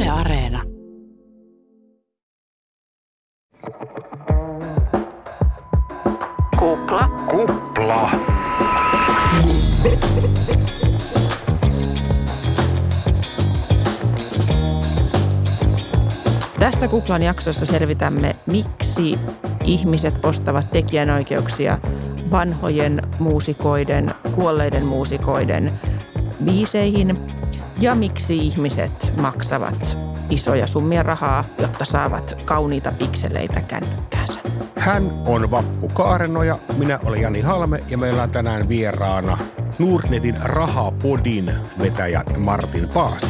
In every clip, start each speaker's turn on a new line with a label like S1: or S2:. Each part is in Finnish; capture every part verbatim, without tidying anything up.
S1: Yle Areena. Kupla.
S2: Kupla.
S3: Tässä Kuplan jaksossa selvitämme, miksi ihmiset ostavat tekijänoikeuksia vanhojen muusikoiden, kuolleiden muusikoiden biiseihin ja miksi ihmiset maksavat isoja summia rahaa, jotta saavat kauniita pikseleitä kännykkäänsä.
S2: Hän on Vappu Kaarenoja, minä olen Jani Halme ja meillä on tänään vieraana Nordnetin Rahapodin vetäjä Martin Paasi.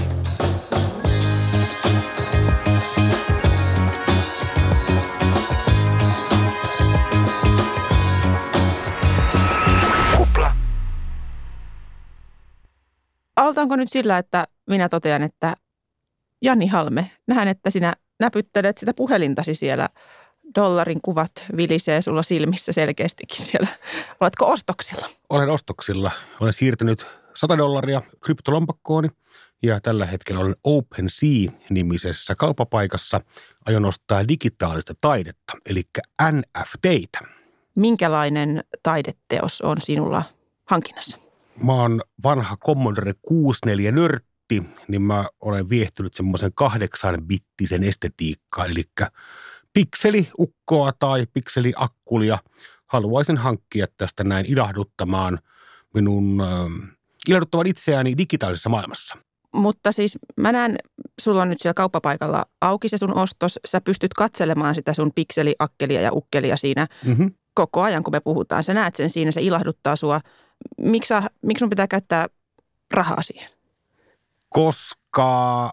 S3: Aloitanko nyt sillä, että minä totean, että Jani Halme, näen, että sinä näpyttelet sitä puhelintasi siellä. Dollarin kuvat vilisee sulla silmissä selkeästikin siellä. Oletko ostoksilla?
S2: Olen ostoksilla. Olen siirtänyt sata dollaria kryptolompakkooni ja tällä hetkellä olen OpenSea-nimisessä kauppapaikassa. Aion ostaa digitaalista taidetta, eli N F T:tä.
S3: Minkälainen taideteos on sinulla hankinnassa?
S2: Mä oon vanha Commodore kuusikymmentäneljä-nörtti, niin mä olen viehtynyt semmoisen kahdeksan-bittisen estetiikkaan, eli pikseliukkoa tai pikseliakkulia. Haluaisin hankkia tästä näin ilahduttamaan minun, äh, ilahduttamaan itseäni digitaalisessa maailmassa.
S3: Mutta siis mä näen, sulla on nyt siellä kauppapaikalla auki se sun ostos. Sä pystyt katselemaan sitä sun pikseliakkelia ja ukkelia siinä mm-hmm. koko ajan, kun me puhutaan. Sä näet sen siinä, se ilahduttaa sua. Miksi, miksi sun pitää käyttää rahaa siihen?
S2: Koska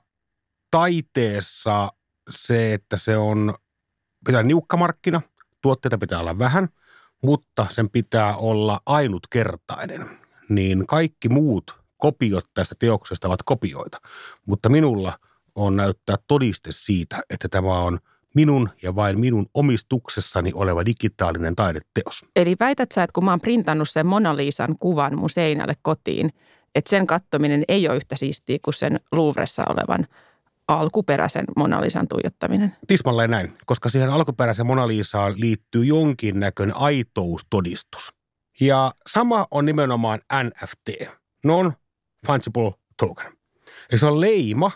S2: taiteessa se, että se on, pitää olla niukka markkina, tuotteita pitää olla vähän, mutta sen pitää olla ainutkertainen. Niin kaikki muut kopiot tästä teoksesta ovat kopioita, mutta minulla on näyttää todiste siitä, että tämä on minun ja vain minun omistuksessani oleva digitaalinen taideteos.
S3: Eli väität sä, että kun mä oon printannut sen Mona Lisan kuvan mun seinälle kotiin, että sen katsominen ei ole yhtä siistiä kuin sen Louvressa olevan alkuperäisen Mona Lisan tuijottaminen?
S2: Tismalleen näin, koska siihen alkuperäiseen Mona Lisaan liittyy jonkinnäköinen aitoustodistus. Ja sama on nimenomaan N F T, non-fungible token. Eli se on leima,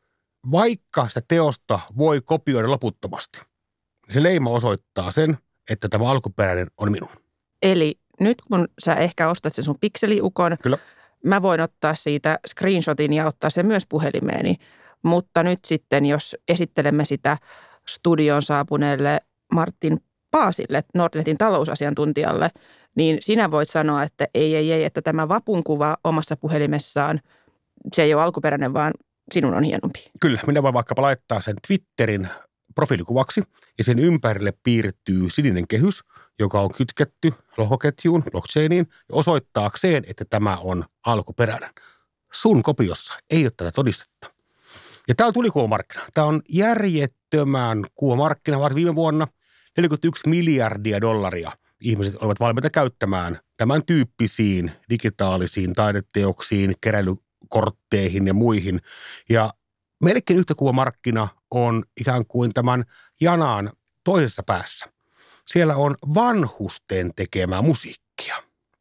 S2: vaikka sitä teosta voi kopioida loputtomasti. Se leima osoittaa sen, että tämä alkuperäinen on minun.
S3: Eli nyt kun sä ehkä ostat sen sun pikseliukon,
S2: Kyllä.
S3: Mä voin ottaa siitä screenshotin ja ottaa sen myös puhelimeeni. Mutta nyt sitten, jos esittelemme sitä studioon saapuneelle Martin Paasille, Nordnetin talousasiantuntijalle, niin sinä voit sanoa, että ei, ei, ei, että tämä vapun kuva omassa puhelimessaan, se ei ole alkuperäinen, vaan sinun on hienompi.
S2: Kyllä, minä voin vaikkapa laittaa sen Twitterin profiilikuvaksi ja sen ympärille piirtyy sininen kehys, joka on kytketty lohkoketjuun, blockchainiin, osoittaakseen, että tämä on alkuperäinen. Sun kopiossa ei ole tätä todistetta. Ja tämä on tulikuvamarkkina. Tämä on järjettömän kuvamarkkina, vaan viime vuonna neljäkymmentäyksi miljardia dollaria ihmiset olivat valmiita käyttämään tämän tyyppisiin digitaalisiin taideteoksiin, keräilykortteihin ja muihin. Ja melkein yhtä kuvamarkkina on ikään kuin tämän janan toisessa päässä. Siellä on vanhusten tekemää musiikkia.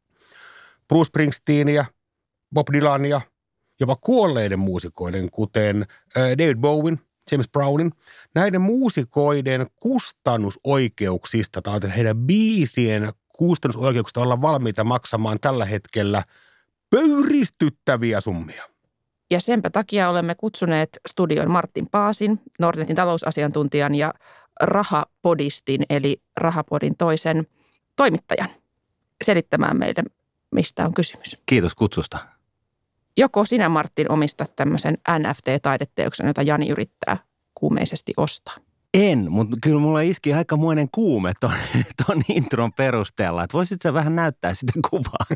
S2: Bruce Springsteenia, Bob Dylania, jopa kuolleiden muusikoiden, kuten David Bowen, James Brownin. Näiden muusikoiden kustannusoikeuksista tai heidän biisien kustannusoikeuksista ollaan valmiita maksamaan tällä hetkellä pöyristyttäviä summia.
S3: Ja senpä takia olemme kutsuneet studioon Martin Paasin, Nordnetin talousasiantuntijan ja Rahapodistin, eli Rahapodin toisen toimittajan, selittämään meille, mistä on kysymys.
S4: Kiitos kutsusta.
S3: Joko sinä, Martin, omistat tämmöisen N F T-taideteoksen, jota Jani yrittää kuumeisesti ostaa?
S4: En, mutta kyllä mulla iski aikamoinen kuume ton, ton intron perusteella. Että voisit sä vähän näyttää sitä kuvaa?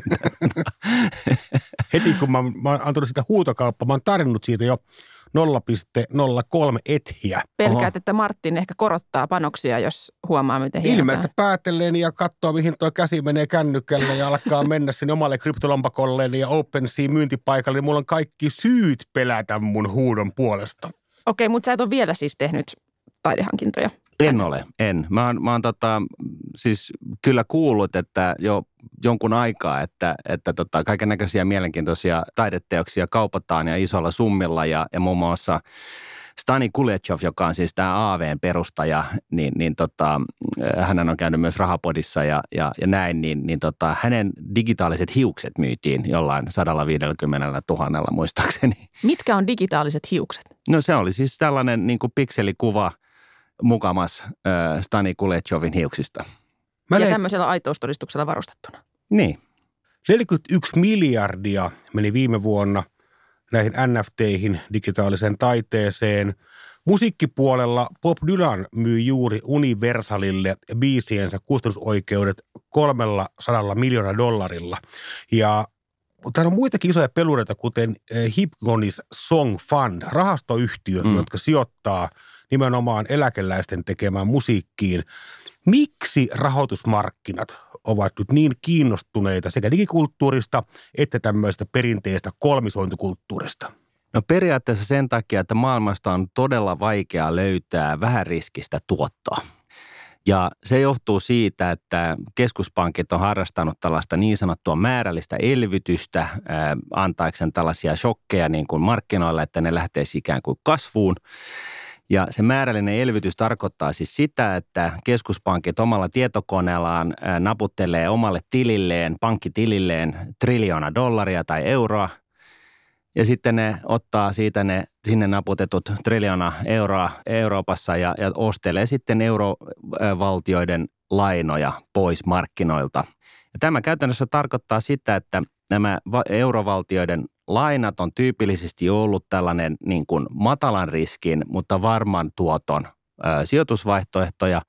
S2: Heti kun mä, mä oon antanut sitä huutokauppaa, mä oon tarjonnut siitä jo nolla pilkku nolla kolme ethiä.
S3: Pelkäät, Oho. että Martin ehkä korottaa panoksia, jos huomaa, miten hienoa.
S2: Ilmeistä päätellen ja katsoo, mihin tuo käsi menee kännykälle ja alkaa mennä sinne omalle kryptolompakolleen ja OpenSea myyntipaikalle. Niin mulla on kaikki syyt pelätä mun huudon puolesta.
S3: Okei, mutta sä et ole vielä siis tehnyt taidehankintoja.
S4: En ole, en. Mä oon, mä oon tota, siis kyllä kuullut, että jo jonkun aikaa, että, että tota, kaiken näköisiä mielenkiintoisia taideteoksia kaupataan ja isolla summilla ja, ja muun muassa Stani Kulechov, joka on siis tämä A V:n perustaja, niin, niin tota, hän on käynyt myös Rahapodissa ja, ja, ja näin, niin, niin tota, hänen digitaaliset hiukset myytiin jollain sata viisikymmentä tuhatta muistaakseni.
S3: Mitkä on digitaaliset hiukset?
S4: No se oli siis tällainen niin kuin pikselikuva mukamas äh, Stani Kulechovin hiuksista.
S3: Mä ja le- tämmöisellä aitoustodistuksella varustettuna.
S4: Niin.
S2: neljäkymmentäyksi miljardia meni viime vuonna näihin N F T:ihin, digitaaliseen taiteeseen. Musiikkipuolella Bob Dylan myi juuri Universalille biisiensä kustannusoikeudet kolmesataa miljoonaa dollarilla. Ja täällä on muitakin isoja pelureita, kuten Hipgnosis Song Fund, rahastoyhtiö, mm. jotka sijoittaa nimenomaan eläkeläisten tekemään musiikkiin. Miksi rahoitusmarkkinat ovat nyt niin kiinnostuneita sekä digikulttuurista että tämmöistä perinteistä kolmisointikulttuurista?
S4: No periaatteessa sen takia, että maailmasta on todella vaikea löytää vähäriskistä tuottoa. Ja se johtuu siitä, että keskuspankit on harrastanut tällaista niin sanottua määrällistä elvytystä, äh, antaakseen tällaisia shokkeja niin kuin markkinoille, että ne lähteisi ikään kuin kasvuun. Ja se määrällinen elvytys tarkoittaa siis sitä, että keskuspankit omalla tietokoneellaan naputtelee omalle tililleen, pankkitililleen triljoona dollaria tai euroa. Ja sitten ne ottaa siitä ne sinne naputetut triljoona euroa Euroopassa ja, ja ostelee sitten eurovaltioiden lainoja pois markkinoilta. Ja tämä käytännössä tarkoittaa sitä, että nämä eurovaltioiden lainat on tyypillisesti ollut tällainen niin kuin matalan riskin, mutta varman tuoton ää, sijoitusvaihtoehtoja.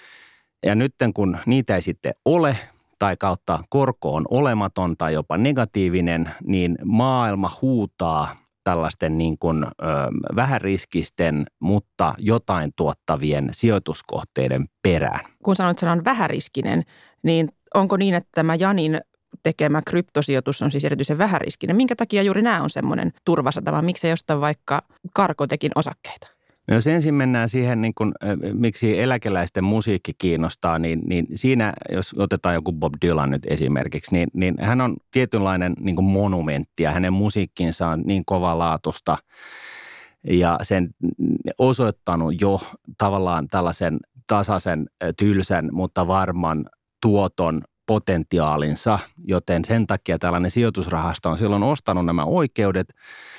S4: Ja nyt kun niitä ei sitten ole tai kautta korko on olematon tai jopa negatiivinen, niin maailma huutaa tällaisten niin kuin ö, vähäriskisten, mutta jotain tuottavien sijoituskohteiden perään.
S3: Kun sanoit sanan vähäriskinen, niin onko niin, että tämä Janin tekemä kryptosijoitus on siis erityisen vähäriskinen? Minkä takia juuri nämä on semmoinen turvasatama? Miksi ei ostaa vaikka Cargotecin osakkeita?
S4: No jos ensin mennään siihen, niin kuin, miksi eläkeläisten musiikki kiinnostaa, niin, niin siinä, jos otetaan joku Bob Dylan nyt esimerkiksi, niin, niin hän on tietynlainen niin kuin monumentti ja hänen musiikkinsa on niin kovalaatusta ja sen osoittanut jo tavallaan tällaisen tasaisen, tylsän, mutta varman tuoton potentiaalinsa, joten sen takia tällainen sijoitusrahasto on silloin ostanut nämä oikeudet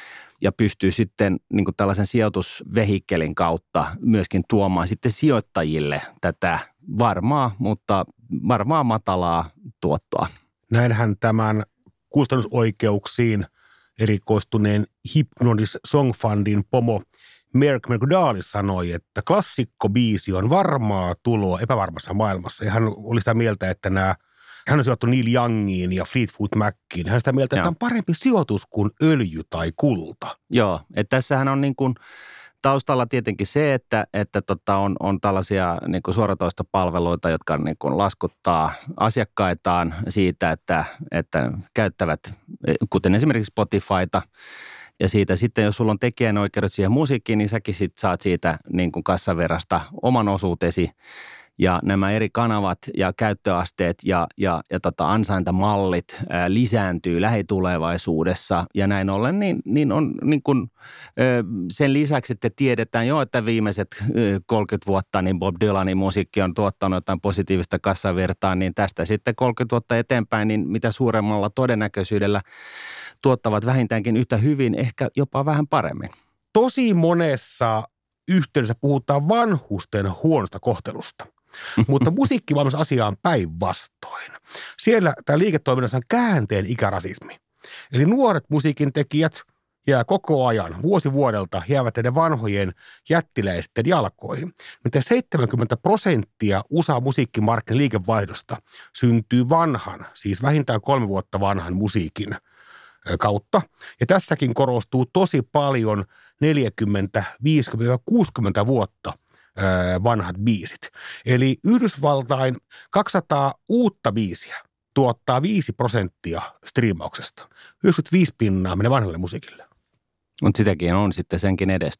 S4: ja pystyy sitten niin kuin tällaisen sijoitusvehikkelin kautta myöskin tuomaan sitten sijoittajille tätä varmaa, mutta varmaa matalaa tuottoa.
S2: Näinhän tämän kustannusoikeuksiin erikoistuneen Hipgnosis Song Fundin pomo Merck McDowell sanoi, että klassikkobiisi on varmaa tuloa epävarmassa maailmassa. Ja hän oli sitä mieltä, että nämä, hän on sijoittu Neil Youngiin ja Fleetwood Maciin. Hän on sitä mieltä, että tämä on parempi sijoitus kuin öljy tai kulta.
S4: Joo, että tässähän on niin kuin taustalla tietenkin se, että, että tota on, on tällaisia niin kuin suoratoistopalveluita, jotka niin kuin laskuttaa asiakkaitaan siitä, että, että käyttävät, kuten esimerkiksi Spotifyta. Ja siitä sitten, jos sulla on tekijänoikeudet siihen musiikkiin, niin säkin sit saat siitä niin kuin kassaverrasta oman osuutesi. Ja nämä eri kanavat ja käyttöasteet ja, ja, ja tota ansaintamallit ää, lisääntyy lähitulevaisuudessa. Ja näin ollen niin, niin on niin kuin, ää, sen lisäksi, että tiedetään jo, että viimeiset ää, kolmekymmentä vuotta niin Bob Dylanin musiikki on tuottanut jotain positiivista kassavirtaa, niin tästä sitten kolmekymmentä vuotta eteenpäin, niin mitä suuremmalla todennäköisyydellä tuottavat vähintäänkin yhtä hyvin, ehkä jopa vähän paremmin.
S2: Tosi monessa yhteydessä puhutaan vanhusten huonosta kohtelusta. Mutta musiikkimaailmassa asia on päinvastoin. Siellä tämä liiketoiminnassa on käänteen ikärasismi. Eli nuoret musiikin tekijät jää koko ajan, vuosi vuodelta, jäävät näiden vanhojen jättiläisten jalkoihin. Mutta seitsemänkymmentä prosenttia U S A-musiikkimarkkinan liikevaihdosta syntyy vanhan, siis vähintään kolme vuotta vanhan musiikin kautta. Ja tässäkin korostuu tosi paljon neljäkymmentä, viisikymmentä, kuusikymmentä vuotta vanhat biisit. Eli Yhdysvaltain kaksisataa uutta biisiä tuottaa viisi prosenttia striimauksesta. yhdeksänkymmentäviisi pinnaa menee vanhalle musiikille.
S4: Mutta sitäkin on sitten senkin edestä.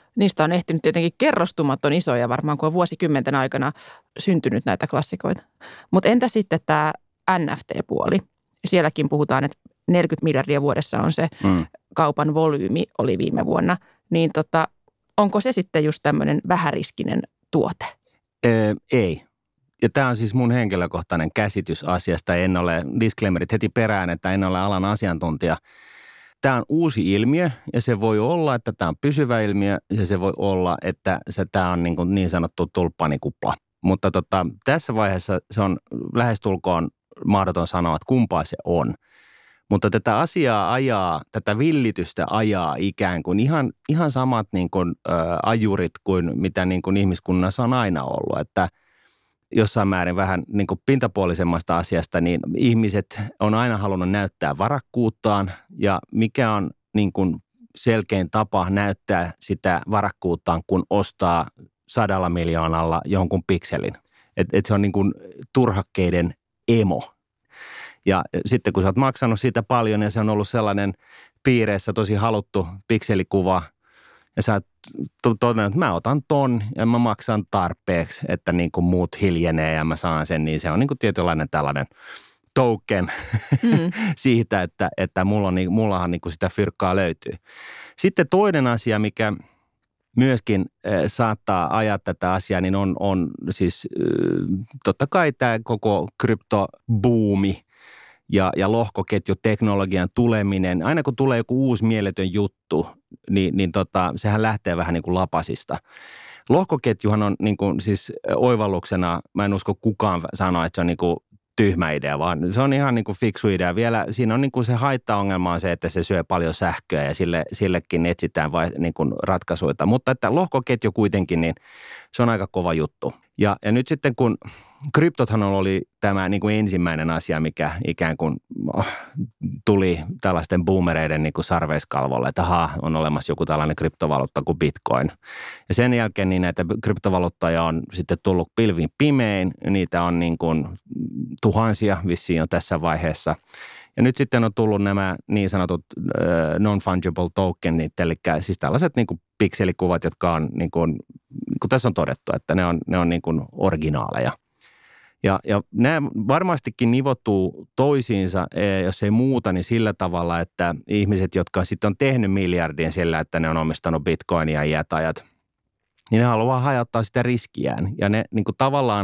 S3: niistä on ehtinyt tietenkin kerrostumaton isoja varmaan, kun on vuosikymmenten aikana syntynyt näitä klassikoita. Mutta entä sitten tämä N F T-puoli? Sielläkin puhutaan, että neljäkymmentä miljardia vuodessa on se mm. kaupan volyymi oli viime vuonna. Niin tota, onko se sitten just tämmöinen vähäriskinen tuote?
S4: Öö, ei. Ja tämä on siis mun henkilökohtainen käsitys asiasta. En ole, disclaimerit heti perään, että en ole alan asiantuntija. Tämä on uusi ilmiö ja se voi olla, että tämä on pysyvä ilmiö ja se voi olla, että se, tämä on niin, kuin niin sanottu tulppanikupla. Mutta tota, tässä vaiheessa se on lähestulkoon mahdoton sanoa, että kumpaa se on. Mutta tätä asiaa ajaa, tätä villitystä ajaa ikään kuin ihan, ihan samat niin kuin, ä, ajurit kuin mitä niin kuin ihmiskunnassa on aina ollut. Että jossain määrin vähän niin kuin pintapuolisemmasta asiasta, niin ihmiset on aina halunnut näyttää varakkuuttaan ja mikä on niin kuin selkein tapa näyttää sitä varakkuuttaan, kun ostaa sadalla miljoonalla jonkun pikselin. Että et se on niin kuin turhakkeiden emo. Ja sitten kun sä oot maksanut siitä paljon ja se on ollut sellainen piireissä tosi haluttu pikselikuva ja sä oot todennut, että mä otan ton ja mä maksan tarpeeksi, että niin kuin muut hiljenee ja mä saan sen, niin se on niin kuin tietynlainen tällainen token mm. siitä, että, että mulla on, mullahan niin kuin sitä fyrkkaa löytyy. Sitten toinen asia, mikä myöskin äh, saattaa ajaa tätä asiaa, niin on, on siis äh, totta kai tämä koko kryptobuumi ja, ja lohkoketjuteknologian tuleminen. Aina kun tulee joku uusi mieletön juttu, niin, niin tota, sehän lähtee vähän niin kuin lapasista. Lohkoketjuhan on niin kuin siis oivalluksena, mä en usko kukaan sanoa, että se on niin kuin tyhmä idea, vaan se on ihan niin kuin fiksu idea. Vielä siinä on niin kuin se haittaongelma on se, että se syö paljon sähköä ja sille, sillekin etsitään vai, niin kuin ratkaisuita. Mutta että lohkoketju kuitenkin, niin se on aika kova juttu. Ja, ja nyt sitten kun kryptothan oli tämä niin kuin ensimmäinen asia, mikä ikään kuin oh, tuli tällaisten boomereiden niin kuin sarveiskalvolle, että aha, on olemassa joku tällainen kryptovaluutta kuin Bitcoin. Ja sen jälkeen niin näitä kryptovaluuttoja on sitten tullut pilviin pimein, niitä on niin kuin tuhansia vissiin jo tässä vaiheessa. Ja nyt sitten on tullut nämä niin sanotut uh, non-fungible tokenit, eli siis tällaiset niin kuin pikselikuvat, jotka on niin kuin, niin kuin tässä on todettu, että ne on, ne on niin kuin originaaleja. Ja, ja nämä varmastikin nivottuu toisiinsa, jos ei muuta, niin sillä tavalla, että ihmiset, jotka sitten on tehnyt miljardien sillä, että ne on omistanut bitcoinia iät ajat, niin ne haluaa hajottaa sitä riskiään. Ja ne niin kuin tavallaan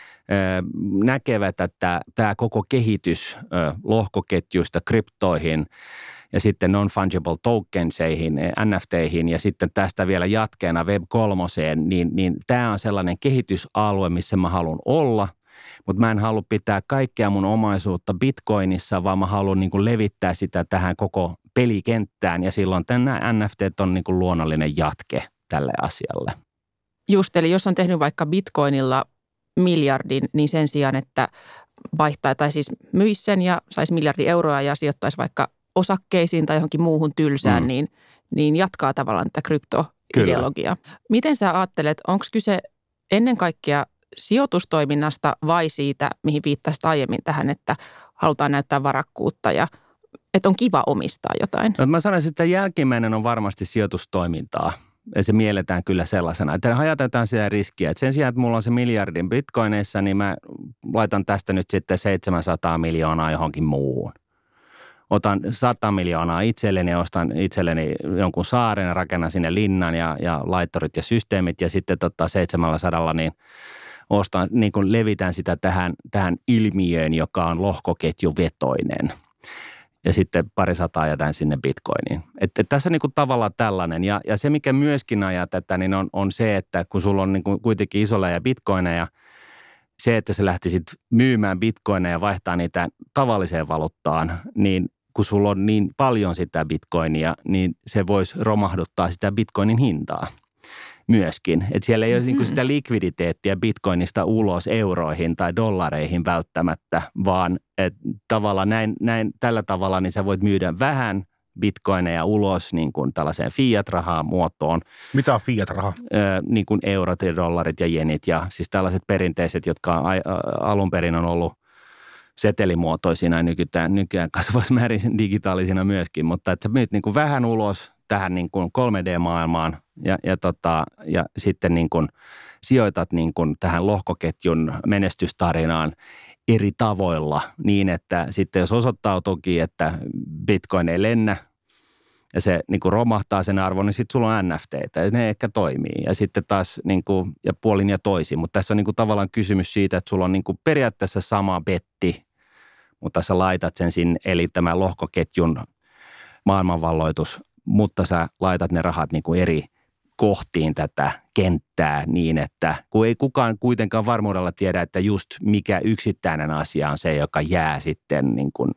S4: näkevät, että tämä koko kehitys lohkoketjuista kryptoihin ja sitten non-fungible tokenseihin, N F T:ihin ja sitten tästä vielä jatkeena web kolmoseen, niin, niin tämä on sellainen kehitysalue, missä mä haluan olla, mutta mä en halua pitää kaikkea mun omaisuutta bitcoinissa, vaan mä haluan niin kuin levittää sitä tähän koko pelikenttään ja silloin nämä N F T:t on niin kuin luonnollinen jatke tälle asialle.
S3: Just, eli jos on tehnyt vaikka bitcoinilla miljardin, niin sen sijaan, että vaihtaa tai siis myisi sen ja saisi miljardi euroa ja sijoittaisi vaikka osakkeisiin tai johonkin muuhun tylsään, mm. niin, niin jatkaa tavallaan tätä kryptoideologiaa. Kyllä. Miten sä ajattelet, onko kyse ennen kaikkea sijoitustoiminnasta vai siitä, mihin viittasit aiemmin tähän, että halutaan näyttää varakkuutta ja että on kiva omistaa jotain?
S4: No, mä sanoisin, että jälkimmäinen on varmasti sijoitustoimintaa. Ja se mielletään kyllä sellaisena, että hajautetaan sitä riskiä. Että sen sijaan, että mulla on se miljardin bitcoineissa, niin mä laitan tästä nyt sitten seitsemänsataa miljoonaa johonkin muuhun. Otan sata miljoonaa itselleni, ostan itselleni jonkun saaren, rakennan sinne linnan ja, ja laittorit ja systeemit ja sitten tota seitsemänsataa niin ostan, niin kuin levitän sitä tähän, tähän ilmiöön, joka on lohkoketjuvetoinen. Ja sitten pari sataa jätän sinne bitcoiniin. Että et tässä on niinku tavallaan tällainen. Ja, ja se, mikä myöskin ajaa tätä, niin on, on se, että kun sulla on niinku kuitenkin isoja bitcoineja, se, että sä lähtisit myymään bitcoineja ja vaihtaa niitä tavalliseen valuuttaan, niin kun sulla on niin paljon sitä bitcoinia, niin se voisi romahduttaa sitä bitcoinin hintaa myöskin. Että siellä ei mm-hmm. ole niinku sitä likviditeettiä bitcoinista ulos euroihin tai dollareihin välttämättä, vaan et tavallaan näin, näin, tällä tavalla niin sä voit myydä vähän bitcoineja ulos niin kuin tällaiseen fiat-rahaan muotoon.
S2: Mitä on fiat-raha?
S4: Ö, niin kuin eurot ja dollarit ja jenit ja siis tällaiset perinteiset, jotka a, a, alun perin on ollut setelimuotoisina ja nykyään, nykyään kasvavassa määrin digitaalisina myöskin, mutta että sä myyt niin kuin vähän ulos tähän niin kuin kolme D-maailmaan ja, ja, tota, ja sitten niin kuin sijoitat niin kuin tähän lohkoketjun menestystarinaan eri tavoilla niin, että sitten jos osoittautuukin, että Bitcoin ei lennä ja se niin kuin romahtaa sen arvon, niin sitten sulla on N F T:tä ja ne ehkä toimii. Ja sitten taas niin kuin, ja puolin ja toisin, mutta tässä on niin kuin tavallaan kysymys siitä, että sulla on niin kuin periaatteessa sama betti, mutta sä laitat sen sinne, eli tämän lohkoketjun maailmanvalloitus, mutta sä laitat ne rahat niin kuin eri kohtiin tätä kenttää niin, että kun ei kukaan kuitenkaan varmuudella tiedä, että just mikä yksittäinen asia on se, joka jää sitten niin kuin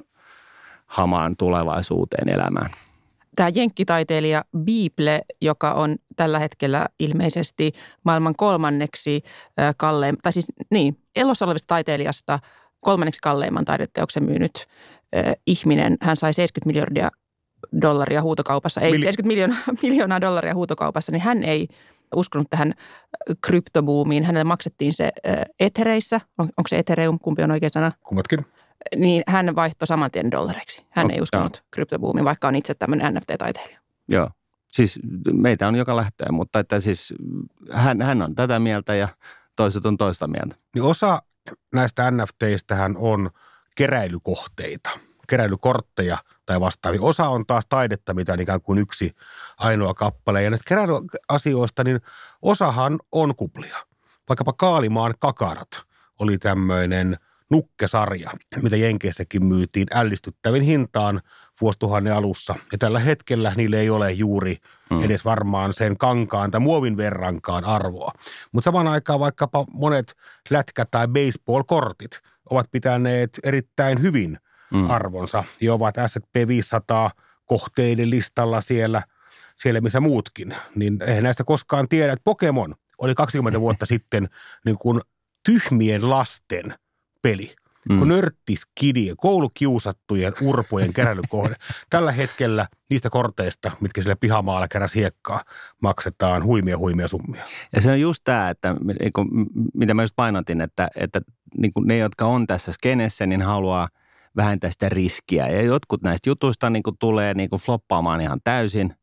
S4: hamaan tulevaisuuteen elämään.
S3: Tämä jenkkitaiteilija Beeple, joka on tällä hetkellä ilmeisesti maailman kolmanneksi kallein, tai siis niin, elossa olevista taiteilijasta kolmanneksi kalleimman taideteoksen myynyt äh, ihminen. Hän sai seitsemänkymmentä miljardia dollaria huutokaupassa, ei Mil- seitsemänkymmentä miljoonaa, miljoonaa dollaria huutokaupassa, niin hän ei uskonut tähän kryptobuumiin. Hänelle maksettiin se äh, ethereissä, on, onko se ethereum, kumpi on oikea sana?
S2: Kummatkin.
S3: Niin hän vaihtoi saman tien dollareiksi. Hän no, ei uskonut joo. kryptobuumiin, vaikka on itse tämmöinen N F T-taiteilija.
S4: Joo, siis meitä on joka lähtöä, mutta että siis hän, hän on tätä mieltä ja toiset on toista mieltä.
S2: Niin osa näistä N F T:istähän on keräilykohteita, keräilykortteja tai vastaavia. Osa on taas taidetta, mitä on ikään kuin yksi ainoa kappale. Ja näistä keräilyasioista, niin osahan on kuplia. Vaikkapa Kaalimaan kakarat oli tämmöinen nukkesarja, mitä Jenkeissäkin myytiin ällistyttävin hintaan vuosituhannen alussa. Ja tällä hetkellä niille ei ole juuri hmm. edes varmaan sen kankaan tai muovin verrankaan arvoa. Mutta samaan aikaan vaikkapa monet lätkä- tai baseball-kortit ovat pitäneet erittäin hyvin hmm. arvonsa ja ovat S and P viisisataa kohteiden listalla siellä, siellä missä muutkin. Niin eihän näistä koskaan tiedä, että Pokemon oli kaksikymmentä vuotta sitten niin kuin tyhmien lasten peli, mm. kun nörttiskidien, koulukiusattujen urpojen keräilykohde. Tällä hetkellä niistä korteista, mitkä sillä pihamaalla keräsi hiekkaa, maksetaan huimia huimia summia.
S4: Ja se on just tämä, että mitä mä just painotin, että, että niin kuin ne, jotka on tässä skenessä, niin haluaa vähentää sitä riskiä. Ja jotkut näistä jutuista niin kuin tulee niin kuin floppaamaan ihan täysin.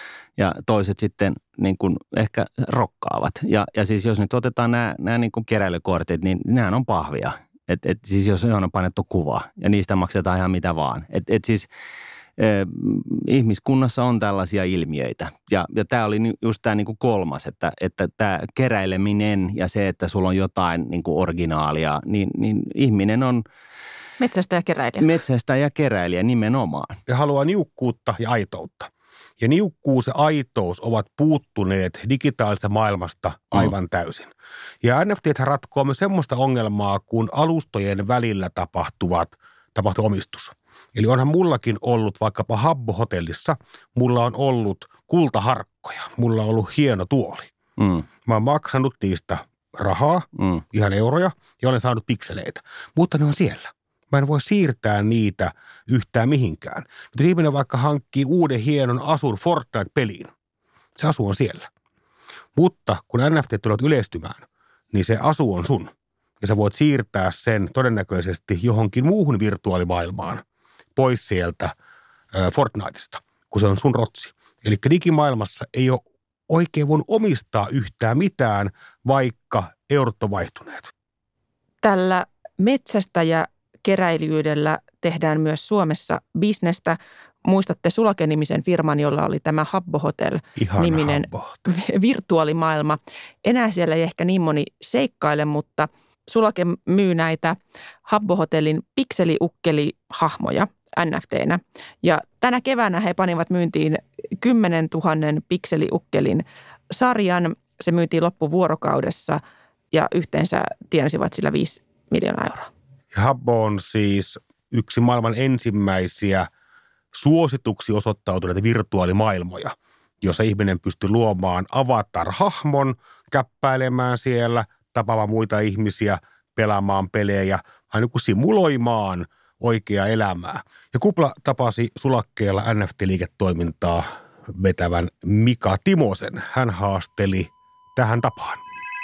S4: Ja toiset sitten niin kuin ehkä rokkaavat. Ja, ja siis jos nyt otetaan nämä, nämä niin kuin keräilykortit, niin nehän on pahvia. Että et siis jos on painettu kuva ja niistä maksetaan ihan mitä vaan. Että et siis eh, ihmiskunnassa on tällaisia ilmiöitä. Ja, ja tämä oli just tämä niin kuin kolmas, että, että tämä keräileminen ja se, että sulla on jotain niin kuin originaalia, niin, niin ihminen on
S3: metsästäjä ja keräilijä.
S4: Metsästäjä ja keräilijä nimenomaan.
S2: Ja haluaa niukkuutta ja aitoutta. Ja niukkuus ja aitous ovat puuttuneet digitaalisesta maailmasta aivan täysin. Ja N F T:thän ratkoo myös semmoista ongelmaa, kun alustojen välillä tapahtuvat, tapahtuu omistus. Eli onhan mullakin ollut vaikkapa Habbo-hotellissa, mulla on ollut kultaharkkoja, mulla on ollut hieno tuoli. Mm. Mä oon maksanut niistä rahaa, mm. ihan euroja, ja olen saanut pikseleitä, mutta ne on siellä. Mä en voi siirtää niitä yhtään mihinkään. Mutta jos ihminen vaikka hankkii uuden hienon asun Fortnite-peliin, se asu on siellä. Mutta kun N F T tulevat yleistymään, niin se asu on sun. Ja sä voit siirtää sen todennäköisesti johonkin muuhun virtuaalimaailmaan pois sieltä äh, Fortniteista, kun se on sun rotsi. Eli digimaailmassa ei ole oikein voinut omistaa yhtään mitään, vaikka eurot on vaihtuneet. Tällä
S3: metsästäjä keräilijöidellä tehdään myös Suomessa bisnestä. Muistatte Sulake-nimisen firman, jolla oli tämä Habbo Hotel-niminen virtuaalimaailma. Enää siellä ei ehkä niin moni seikkaile, mutta Sulake myy näitä Habbo Hotellin pikseliukkeli-hahmoja N F T:nä. Ja tänä keväänä he panivat myyntiin kymmenen tuhannen pikseliukkelin sarjan. Se myytiin loppuvuorokaudessa ja yhteensä tienasivat sillä viisi miljoonaa euroa.
S2: Habbo on siis yksi maailman ensimmäisiä suosituksi osoittautuneita virtuaalimaailmoja, jossa ihminen pystyy luomaan avatar-hahmon, käppäilemään siellä, tapaamaan muita ihmisiä, pelaamaan pelejä, aina kuin simuloimaan oikeaa elämää. Ja Kupla tapasi Sulakkeella N F T-liiketoimintaa vetävän Mika Timosen. Hän haasteli tähän tapaan.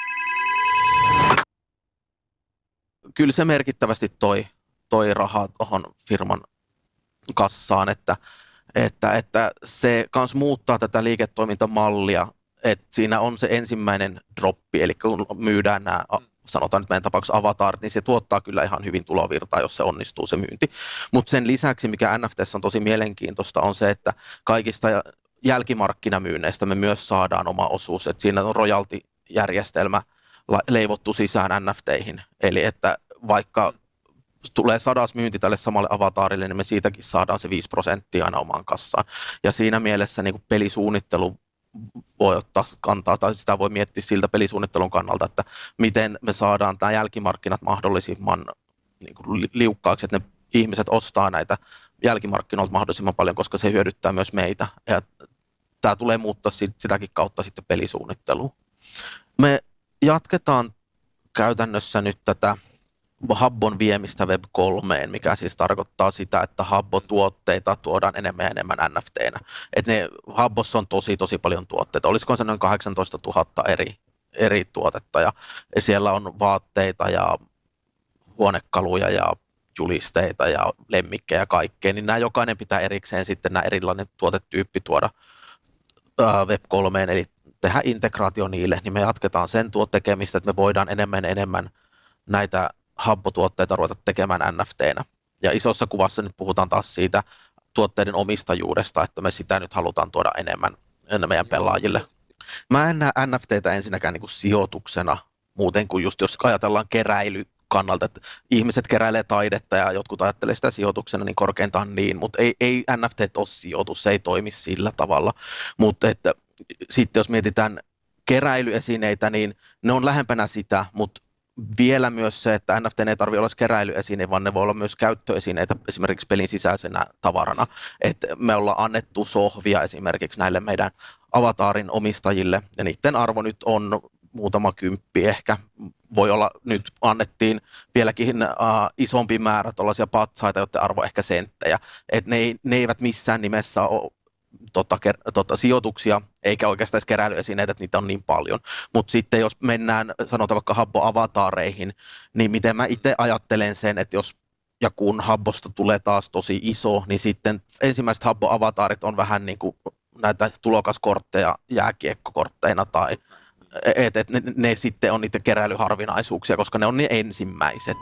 S1: Kyllä se merkittävästi toi, toi rahaa tuohon firman kassaan, että, että, että se kans muuttaa tätä liiketoimintamallia, että siinä on se ensimmäinen droppi, eli kun myydään nämä, sanotaan nyt meidän tapauksessa avatarit, niin se tuottaa kyllä ihan hyvin tulovirtaa, jos se onnistuu se myynti. Mutta sen lisäksi, mikä N F T:ssä on tosi mielenkiintoista, on se, että kaikista jälkimarkkinamyynneistä me myös saadaan oma osuus, että siinä on royalty-järjestelmä leivottu sisään N F T:ihin, eli että vaikka tulee sadas myynti tälle samalle avataarille, niin me siitäkin saadaan se viisi prosenttia aina omaan kassaan. Ja siinä mielessä niin kuin pelisuunnittelu voi ottaa kantaa, tai sitä voi miettiä siltä pelisuunnittelun kannalta, että miten me saadaan tämä jälkimarkkinat mahdollisimman niin kuin liukkaaksi, että ne ihmiset ostaa näitä jälkimarkkinoilta mahdollisimman paljon, koska se hyödyttää myös meitä. Ja tämä tulee muuttaa sitäkin kautta sitten pelisuunnitteluun. Me jatketaan käytännössä nyt tätä Habbon viemistä web kolmeen, mikä siis tarkoittaa sitä, että Habbo-tuotteita tuodaan enemmän ja enemmän N F T:nä. Että ne Habbossa on tosi, tosi paljon tuotteita. Olisiko se noin kahdeksantoistatuhatta eri, eri tuotetta ja siellä on vaatteita ja huonekaluja ja julisteita ja lemmikkejä ja kaikkea, niin nämä jokainen pitää erikseen sitten nämä erilainen tuotetyyppi tuoda ää, web kolmeen, eli tehdä integraatio niille, niin me jatketaan sen tuot tekemistä, että me voidaan enemmän enemmän näitä Habbo-tuotteita ruveta tekemään N F T:nä. Ja isossa kuvassa nyt puhutaan taas siitä tuotteiden omistajuudesta, että me sitä nyt halutaan tuoda enemmän, enemmän meidän pelaajille. Mä en näe N F T:tä ensinnäkään niin kuin sijoituksena, muuten kuin just jos ajatellaan keräily kannalta, että ihmiset keräilee taidetta ja jotkut ajattelee sitä sijoituksena, niin korkeintaan niin, mutta ei, ei N F T ole sijoitus, se ei toimi sillä tavalla. Mutta että sitten jos mietitään keräilyesineitä, niin ne on lähempänä sitä, mutta vielä myös se, että N F T ei tarvitse olla keräilyesine, vaan ne voi olla myös käyttöesineitä esimerkiksi pelin sisäisenä tavarana. Että me ollaan annettu sohvia esimerkiksi näille meidän avataarin omistajille, ja niiden arvo nyt on muutama kymppi ehkä. Voi olla, nyt annettiin vieläkin uh, isompi määrä tuollaisia patsaita, joiden arvo ehkä senttejä. Että ne, ne eivät missään nimessä ole Tota, tota, sijoituksia, eikä oikeastaan edes keräilyesineitä, että niitä on niin paljon. Mutta sitten jos mennään, sanotaan vaikka Habbo-avataareihin, niin miten mä itse ajattelen sen, että jos ja kun Habbosta tulee taas tosi iso, niin sitten ensimmäiset Habbo-avataarit on vähän niin kuin näitä tulokaskortteja jääkiekkokortteina tai että et ne, ne sitten on niitä keräilyharvinaisuuksia, koska ne on niin ensimmäiset.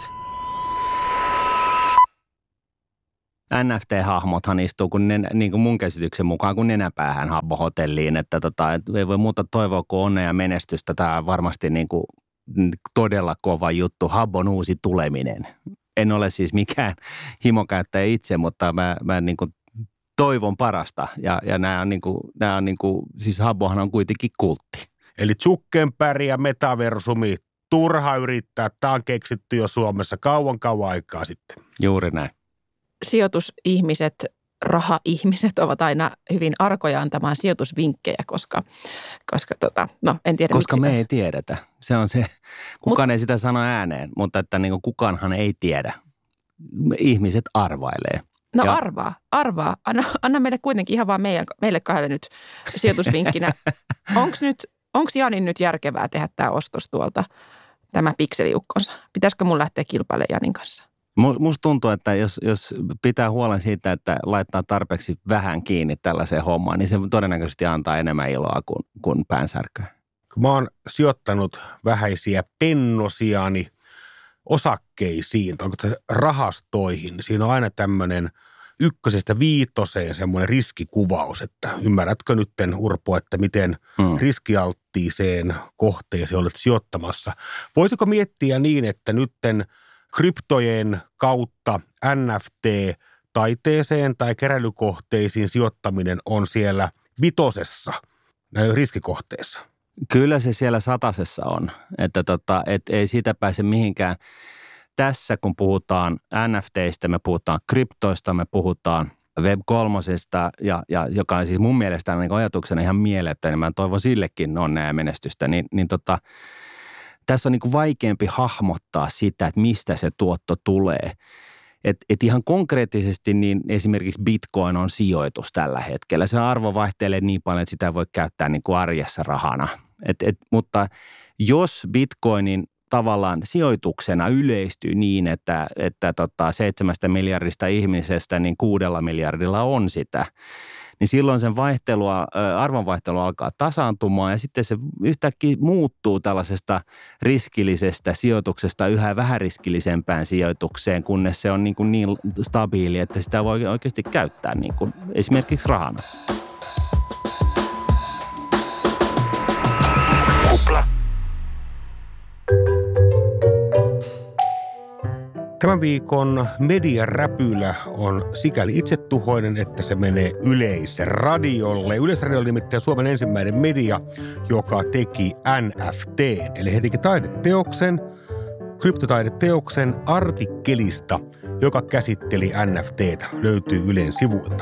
S4: N F T-hahmothan istuu kun ne, niin kuin mun käsityksen mukaan kun nenäpäähän Habbo-hotelliin, että tota, et ei voi muuta toivoa kuin onnea ja menestystä. Tämä on varmasti niin kuin todella kova juttu, Habbon uusi tuleminen. En ole siis mikään himokäyttäjä itse, mutta mä, mä niin kuin toivon parasta ja, ja nämä on, niin kuin, nämä on niin kuin, siis Habbohan on kuitenkin kultti.
S2: Eli Zuckerberg ja metaversumi, turha yrittää, tämä on keksitty jo Suomessa kauan kauan aikaa sitten.
S4: Juuri näin.
S3: Sijoitusihmiset, raha-ihmiset ovat aina hyvin arkoja antamaan sijoitusvinkkejä, koska, koska tota, no en tiedä
S4: Koska
S3: miksi.
S4: me ei tiedetä. Se on se, kukaan Mut, ei sitä sano ääneen, mutta että niin kuin kukaanhan ei tiedä. Ihmiset arvailee.
S3: No
S4: ja,
S3: arvaa, arvaa. Anna, anna meille kuitenkin ihan vaan meidän, meille kahdelle nyt sijoitusvinkkinä. Onko nyt, onko Janin nyt järkevää tehdä tämä ostos tuolta, tämä pikseliukkonsa? Pitäisikö mun lähteä kilpailemaan Janin kanssa?
S4: Musta tuntuu, että jos, jos pitää huolen siitä, että laittaa tarpeeksi vähän kiinni tällaiseen hommaan, niin se todennäköisesti antaa enemmän iloa kuin, kuin päänsärkyä.
S2: Mä oon sijoittanut vähäisiä pennosiani osakkeisiin, onko se rahastoihin. Siinä on aina tämmöinen ykkösestä viitoseen semmoinen riskikuvaus, että ymmärrätkö nytten Urpo, että miten hmm. riskialttiiseen kohteeseen olet sijoittamassa. Voisiko miettiä niin, että nytten kryptojen kautta N F T-taiteeseen tai keräilykohteisiin sijoittaminen on siellä vitosessa, näin riskikohteessa?
S4: Kyllä se siellä satasessa on, että tota, et ei siitä pääse mihinkään. Tässä kun puhutaan N F T:istä, me puhutaan kryptoista, me puhutaan web kolmosesta, ja, ja, joka on siis mun mielestä niin ajatuksena ihan mieletön, niin mä toivon sillekin onnea ja menestystä, niin, niin tota, tässä on niin kuin vaikeampi hahmottaa sitä, että mistä se tuotto tulee. Että et ihan konkreettisesti niin esimerkiksi Bitcoin on sijoitus tällä hetkellä. Se arvo vaihtelee niin paljon, että sitä voi käyttää niin kuin arjessa rahana. Et, et, mutta jos Bitcoinin tavallaan sijoituksena yleistyy niin, että, että tota seitsemästä miljardista ihmisestä niin kuudella miljardilla on sitä, niin silloin sen vaihtelua, arvonvaihtelu alkaa tasaantumaan ja sitten se yhtäkkiä muuttuu tällaisesta riskillisestä sijoituksesta yhä vähän riskillisempään sijoitukseen, kunnes se on niin, kuin niin stabiili, että sitä voi oikeasti käyttää niin kuin esimerkiksi rahana.
S3: Kupla.
S2: Tämän viikon mediaräpylä on sikäli itsetuhoinen, että se menee Yleisradiolle. Yleisradio oli nimittäin Suomen ensimmäinen media, joka teki N F T, eli he teki taideteoksen, kryptotaideteoksen artikkelista, joka käsitteli N F T:tä. Löytyy Ylen sivuilta.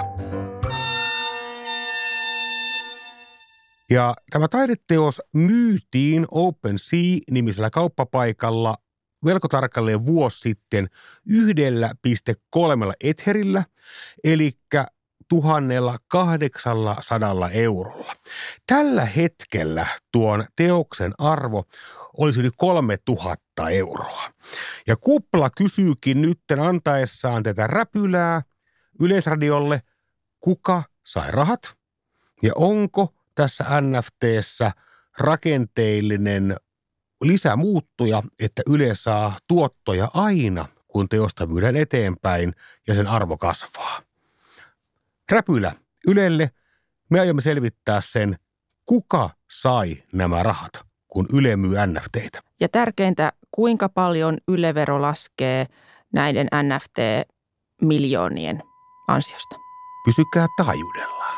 S2: Ja tämä taideteos myytiin OpenSea-nimisellä kauppapaikalla melko tarkalleen vuosi sitten yhdellä pilkku kolmella etherillä, eli tuhannella kahdeksansadalla eurolla. Tällä hetkellä tuon teoksen arvo olisi yli kolmetuhatta euroa. Ja Kupla kysyykin nytten antaessaan tätä räpylää Yleisradiolle, kuka sai rahat ja onko tässä N F T:ssä rakenteellinen lisämuuttuja, että Yle saa tuottoja aina, kun teosta myydään eteenpäin ja sen arvo kasvaa. Räpylä Ylelle. Me aiomme selvittää sen, kuka sai nämä rahat, kun Yle myy N F T:tä.
S3: Ja tärkeintä, kuinka paljon Yle-vero laskee näiden N F T-miljoonien ansiosta.
S2: Pysykää taajuudella.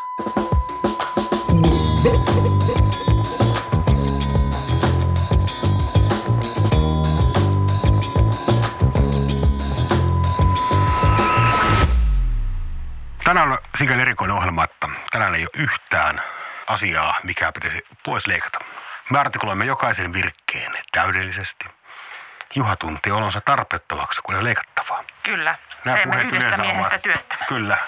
S2: Tänään on sikäli erikoinen ohjelma, että tänään ei ole yhtään asiaa, mikä pitäisi pois leikata. Me artikuloimme jokaisen virkkeen täydellisesti. Juha tuntee olonsa tarpeettomaksi, kun ei leikattavaa.
S3: Kyllä.
S2: Nämä
S3: Teemme yhdestä miehestä
S2: ovat...
S3: työttömän.
S2: Kyllä.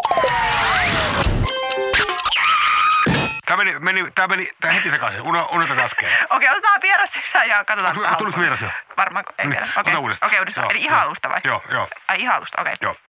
S2: Tämä meni, meni, tämä meni tämä heti sekaisin. Unohdetaan äsken.
S3: Okei, otetaan vieras sisään ja katsotaan.
S2: Tuliko vieras jo?
S3: Varmaan, ei vielä. Okei,
S2: Ota uudestaan.
S3: Okei, uudestaan.
S2: Joo,
S3: Eli ihan alusta vai?
S2: Joo, joo.
S3: Ai ihan alusta, okei.
S2: Joo.